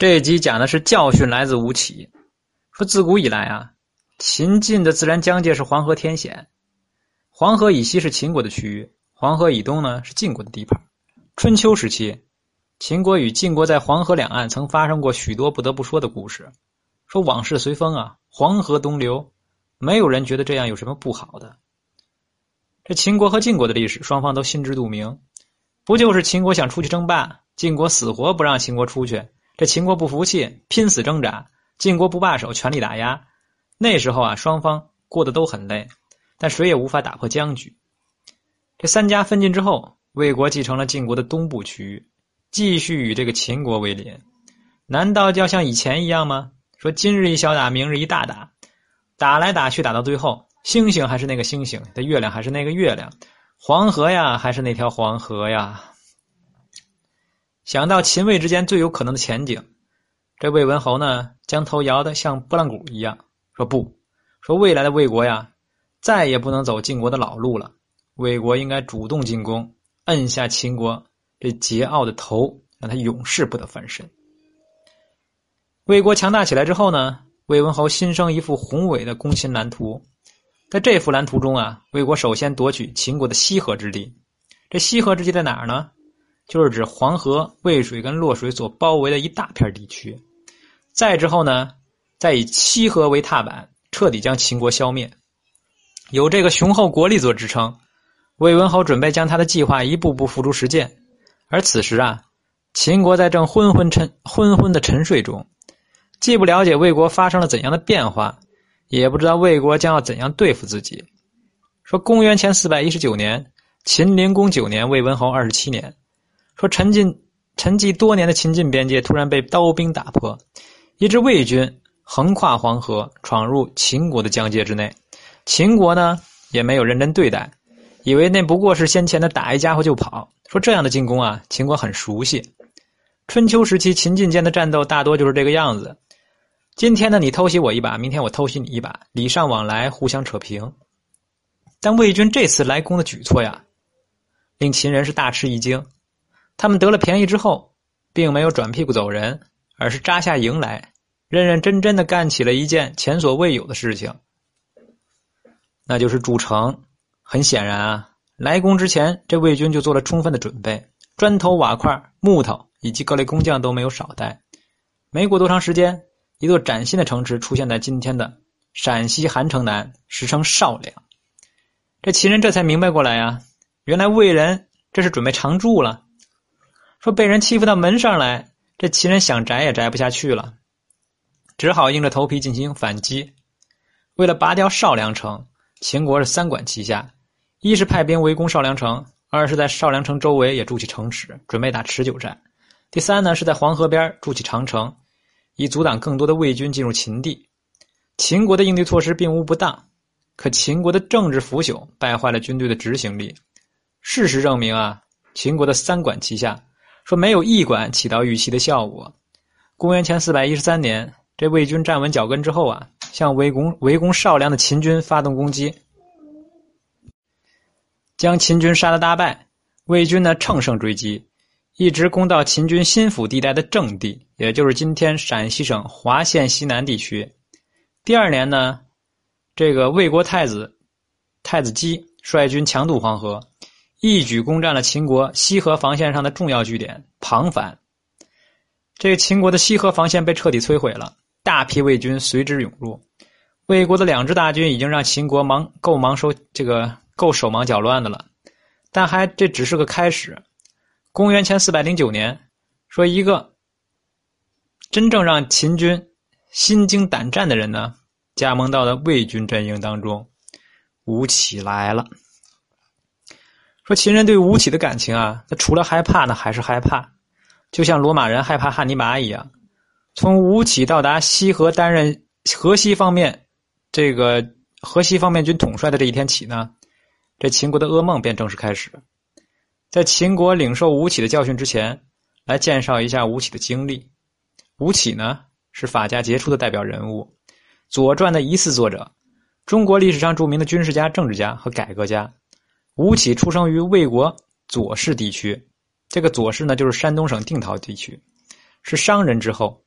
这一集讲的是教训来自吴起。说自古以来啊，秦晋的自然疆界是黄河天险，黄河以西是秦国的区域，黄河以东呢是晋国的地盘。春秋时期，秦国与晋国在黄河两岸曾发生过许多不得不说的故事。说往事随风啊，黄河东流，没有人觉得这样有什么不好的。这秦国和晋国的历史，双方都心知肚明，不就是秦国想出去争霸，晋国死活不让秦国出去，这秦国不服气，拼死挣扎，晋国不罢手，全力打压。那时候啊，双方过得都很累，但谁也无法打破僵局。这三家分晋之后，魏国继承了晋国的东部区域，继续与这个秦国为邻。难道就要像以前一样吗？说今日一小打，明日一大打，打来打去，打到最后，星星还是那个星星，这月亮还是那个月亮，黄河呀还是那条黄河呀。想到秦魏之间最有可能的前景，这魏文侯呢，将头摇得像拨浪鼓一样，说不，说未来的魏国呀，再也不能走晋国的老路了，魏国应该主动进攻，摁下秦国这桀骜的头，让他永世不得翻身。魏国强大起来之后呢，魏文侯心生一幅宏伟的攻秦蓝图。在这幅蓝图中啊，魏国首先夺取秦国的西河之地。这西河之地在哪儿呢？就是指黄河、渭水跟洛水所包围的一大片地区。再之后呢，再以西河为踏板，彻底将秦国消灭。有这个雄厚国力做支撑，魏文侯准备将他的计划一步步付诸实践。而此时啊，秦国在正昏昏的沉睡中，既不了解魏国发生了怎样的变化，也不知道魏国将要怎样对付自己。说公元前419年，秦灵公9年，魏文侯27年。说沉寂多年的秦晋边界突然被刀兵打破，一支魏军横跨黄河，闯入秦国的疆界之内。秦国呢，也没有认真对待，以为那不过是先前的打一家伙就跑。说这样的进攻啊，秦国很熟悉。春秋时期秦晋间的战斗大多就是这个样子，今天呢你偷袭我一把，明天我偷袭你一把，礼尚往来，互相扯平。但魏军这次来攻的举措呀，令秦人是大吃一惊。他们得了便宜之后，并没有转屁股走人，而是扎下营来，认认真真的干起了一件前所未有的事情，那就是筑城。很显然啊，来攻之前，这魏军就做了充分的准备，砖头、瓦块、木头以及各类工匠都没有少带。没过多长时间，一座崭新的城池出现在今天的陕西韩城南，时称少梁。这秦人这才明白过来啊，原来魏人这是准备常住了。说被人欺负到门上来，这秦人想宅也宅不下去了，只好硬着头皮进行反击。为了拔掉少梁城，秦国是三管齐下，一是派兵围攻少梁城，二是在少梁城周围也筑起城池，准备打持久战。第三呢，是在黄河边筑起长城，以阻挡更多的魏军进入秦地。秦国的应对措施并无不当，可秦国的政治腐朽败坏了军队的执行力。事实证明啊，秦国的三管齐下，说没有一管起到预期的效果。公元前413年，这魏军站稳脚跟之后啊，向围攻少梁的秦军发动攻击，将秦军杀得大败。魏军呢乘胜追击，一直攻到秦军心腹地带的正地，也就是今天陕西省华县西南地区。第二年呢，这个魏国太子姬率军强渡黄河，一举攻占了秦国西河防线上的重要据点庞樊。这个秦国的西河防线被彻底摧毁了，大批魏军随之涌入。魏国的两支大军已经让秦国够手忙脚乱的了，但这只是个开始。公元前409年，说一个真正让秦军心惊胆战的人呢，加盟到了魏军阵营当中，吴起来了。说秦人对吴起的感情啊，他除了害怕呢，还是害怕，就像罗马人害怕汉尼拔一样。从吴起到达西河担任河西方面军统帅的这一天起呢，这秦国的噩梦便正式开始。在秦国领受吴起的教训之前，来介绍一下吴起的经历。吴起呢，是法家杰出的代表人物，左传的疑似作者，中国历史上著名的军事家、政治家和改革家。吴起出生于魏国左氏地区，这个左氏呢就是山东省定陶地区，是商人之后，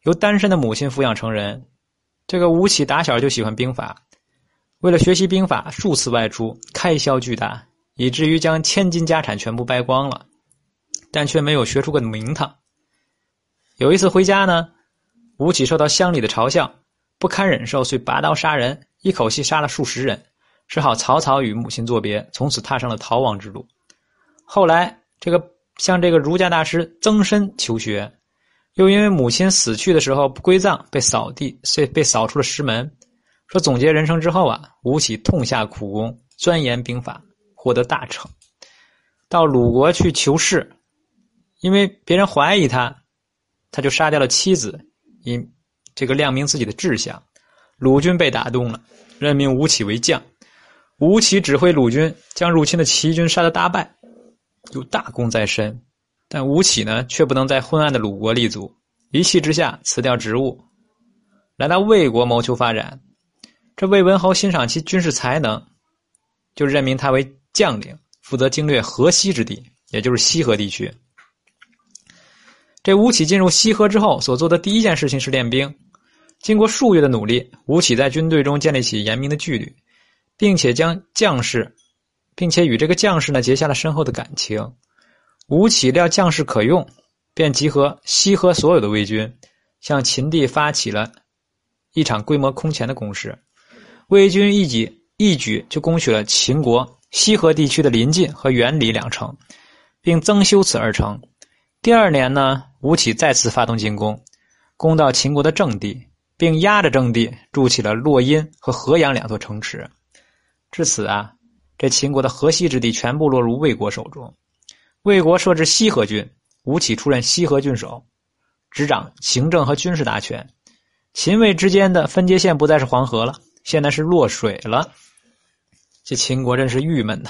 由单身的母亲抚养成人。这个吴起打小就喜欢兵法，为了学习兵法，数次外出，开销巨大，以至于将千金家产全部败光了，但却没有学出个名堂。有一次回家呢，吴起受到乡里的嘲笑，不堪忍受，遂拔刀杀人，一口气杀了数十人，只好草草与母亲作别，从此踏上了逃亡之路。后来向这个儒家大师曾参求学，又因为母亲死去的时候不归葬，被扫出了师门。说总结人生之后啊，吴起痛下苦功，钻研兵法，获得大成。到鲁国去求仕，因为别人怀疑他就杀掉了妻子，以这个亮明自己的志向。鲁军被打动了，任命吴起为将。吴起指挥鲁军将入侵的齐军杀得大败，有大功在身。但吴起呢，却不能在昏暗的鲁国立足，一气之下辞掉职务，来到魏国谋求发展。这魏文侯欣赏其军事才能，就任命他为将领，负责经略河西之地，也就是西河地区。这吴起进入西河之后所做的第一件事情是练兵。经过数月的努力，吴起在军队中建立起严明的纪律，并且与这个将士呢结下了深厚的感情。吴起料将士可用，便集合西河所有的魏军，向秦地发起了一场规模空前的攻势。魏军一举就攻取了秦国西河地区的临晋和原里两城，并增修此2城。第2年呢，吴起再次发动进攻，攻到秦国的正地，并压着正地筑起了洛阴和河阳2座城池。至此啊，这秦国的河西之地全部落入魏国手中。魏国设置西河郡，吴起出任西河郡守，执掌行政和军事大权。秦魏之间的分界线不再是黄河了，现在是洛水了。这秦国真是郁闷呐。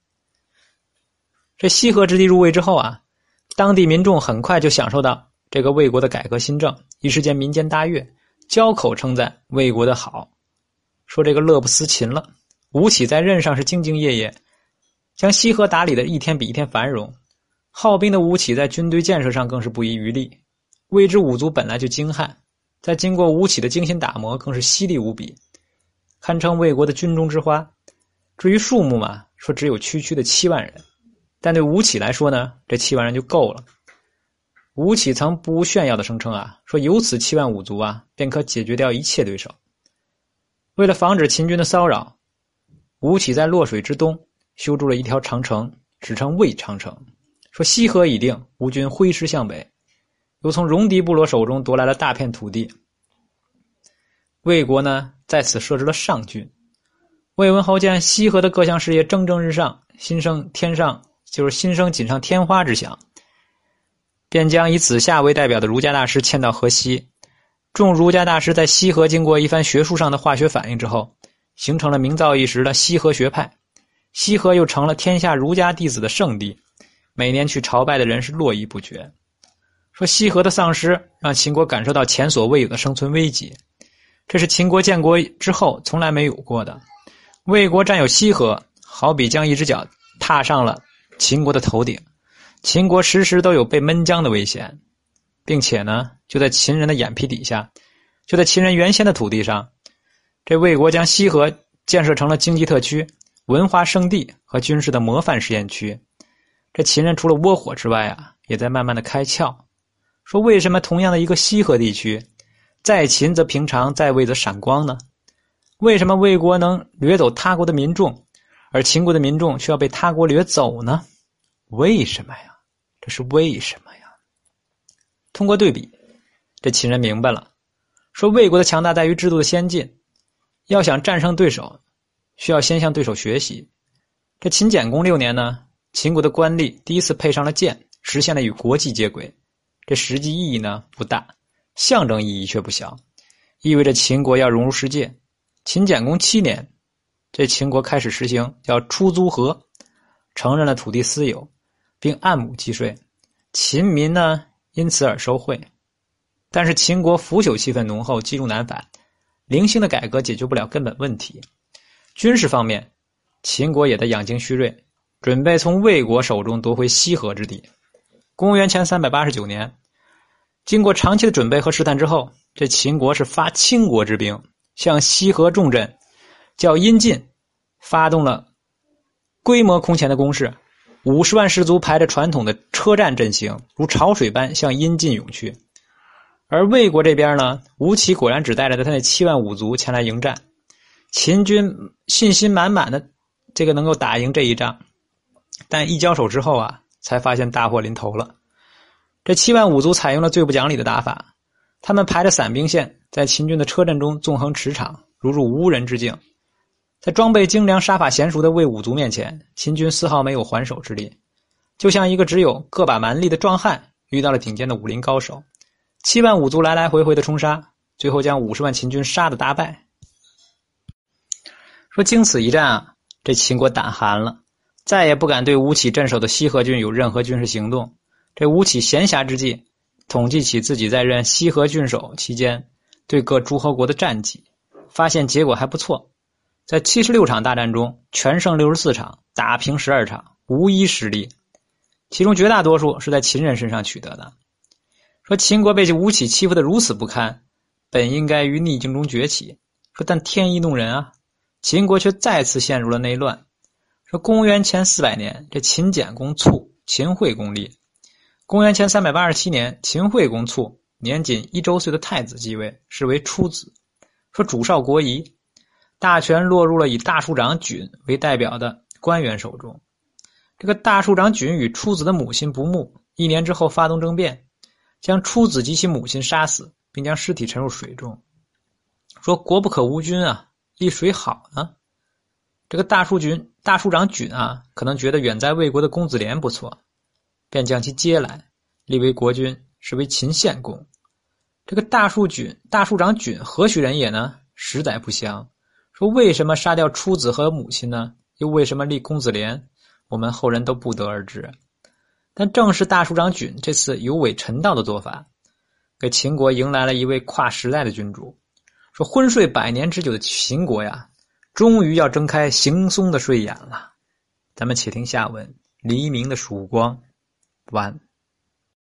这西河之地入魏之后啊，当地民众很快就享受到这个魏国的改革新政，一时间民间大悦，交口称赞魏国的好，说这个乐不思秦了。吴起在任上是兢兢业业，将西河打理的一天比一天繁荣。好兵的吴起在军队建设上更是不遗余力。魏之五族本来就精悍，在经过吴起的精心打磨，更是犀利无比，堪称魏国的军中之花。至于数目嘛，说只有区区的7万人，但对吴起来说呢，这7万人就够了。吴起曾不无炫耀的声称啊，说有此7万五族啊，便可解决掉一切对手。为了防止秦军的骚扰，吴起在洛水之东修筑了一条长城，史称魏长城。说西河已定，吴军挥师向北，又从戎狄部落手中夺来了大片土地。魏国呢，在此设置了上郡。魏文侯见西河的各项事业蒸蒸日上，心生锦上添花之想，便将以子夏为代表的儒家大师迁到河西。众儒家大师在西河经过一番学术上的化学反应之后，形成了名噪一时的西河学派。西河又成了天下儒家弟子的圣地，每年去朝拜的人是络绎不绝。说西河的丧失让秦国感受到前所未有的生存危机，这是秦国建国之后从来没有过的。魏国占有西河，好比将一只脚踏上了秦国的头顶，秦国时时都有被闷僵的危险，并且呢，就在秦人的眼皮底下，就在秦人原先的土地上，这魏国将西河建设成了经济特区、文化圣地和军事的模范实验区。这秦人除了窝火之外啊，也在慢慢的开窍，说为什么同样的一个西河地区，在秦则平常，在魏则闪光呢？为什么魏国能掠走他国的民众，而秦国的民众却要被他国掠走呢？为什么呀？这是为什么呀？通过对比，这秦人明白了，说魏国的强大在于制度的先进，要想战胜对手，需要先向对手学习。这秦简公6年呢，秦国的官吏第一次配上了剑，实现了与国际接轨。这实际意义呢不大，象征意义却不小，意味着秦国要融入世界。秦简公7年，这秦国开始实行叫出租河，承认了土地私有，并按亩计税，秦民呢因此而收贿。但是秦国腐朽气氛浓厚，积重难返，零星的改革解决不了根本问题。军事方面，秦国也在养精蓄锐，准备从魏国手中夺回西河之地。公元前389年， 经过长期的准备和试探之后，这秦国是发倾国之兵，向西河重镇叫阴晋发动了规模空前的攻势，50万士卒排着传统的车战阵型，如潮水般向阴晋涌去。而魏国这边呢，吴起果然只带着他那7万5卒前来迎战，秦军信心满满的这个能够打赢这一仗，但一交手之后啊，才发现大祸临头了。这7万5卒采用了最不讲理的打法，他们排着散兵线，在秦军的车阵中纵横驰骋，如入无人之境。在装备精良、杀法娴熟的魏武卒面前，秦军丝毫没有还手之力，就像一个只有个把蛮力的壮汉遇到了顶尖的武林高手。7万5卒来来回回的冲杀，最后将50万秦军杀得大败。说经此一战啊，这秦国胆寒了，再也不敢对吴起镇守的西河郡有任何军事行动。这吴起闲暇之际，统计起自己在任西河郡守期间对各诸侯国的战绩，发现结果还不错。在76场大战中，全胜64场，打平12场，无一失利，其中绝大多数是在秦人身上取得的。说秦国被这吴起欺负得如此不堪，本应该于逆境中崛起，说但天意弄人啊，秦国却再次陷入了内乱。说公元前400年，这秦简公卒，秦惠公立。公元前387年，秦惠公卒，年仅1周岁的太子继位，是为初子。说主少国疑，大权落入了以大庶长觐为代表的官员手中。这个大庶长觐与初子的母亲不睦，1年之后发动政变，将初子及其母亲杀死，并将尸体沉入水中。说国不可无君啊，立谁好呢？这个大庶长觐啊，可能觉得远在魏国的公子连不错，便将其接来，立为国君，是为秦献公。这个大庶长觐何许人也呢？实在不详。说为什么杀掉初子和母亲呢？又为什么立公子连？我们后人都不得而知。但正是大庶长觐这次有违臣道的做法，给秦国迎来了一位跨时代的君主。说昏睡100年之久的秦国呀，终于要睁开惺忪的睡眼了。咱们且听下文，黎明的曙光。完。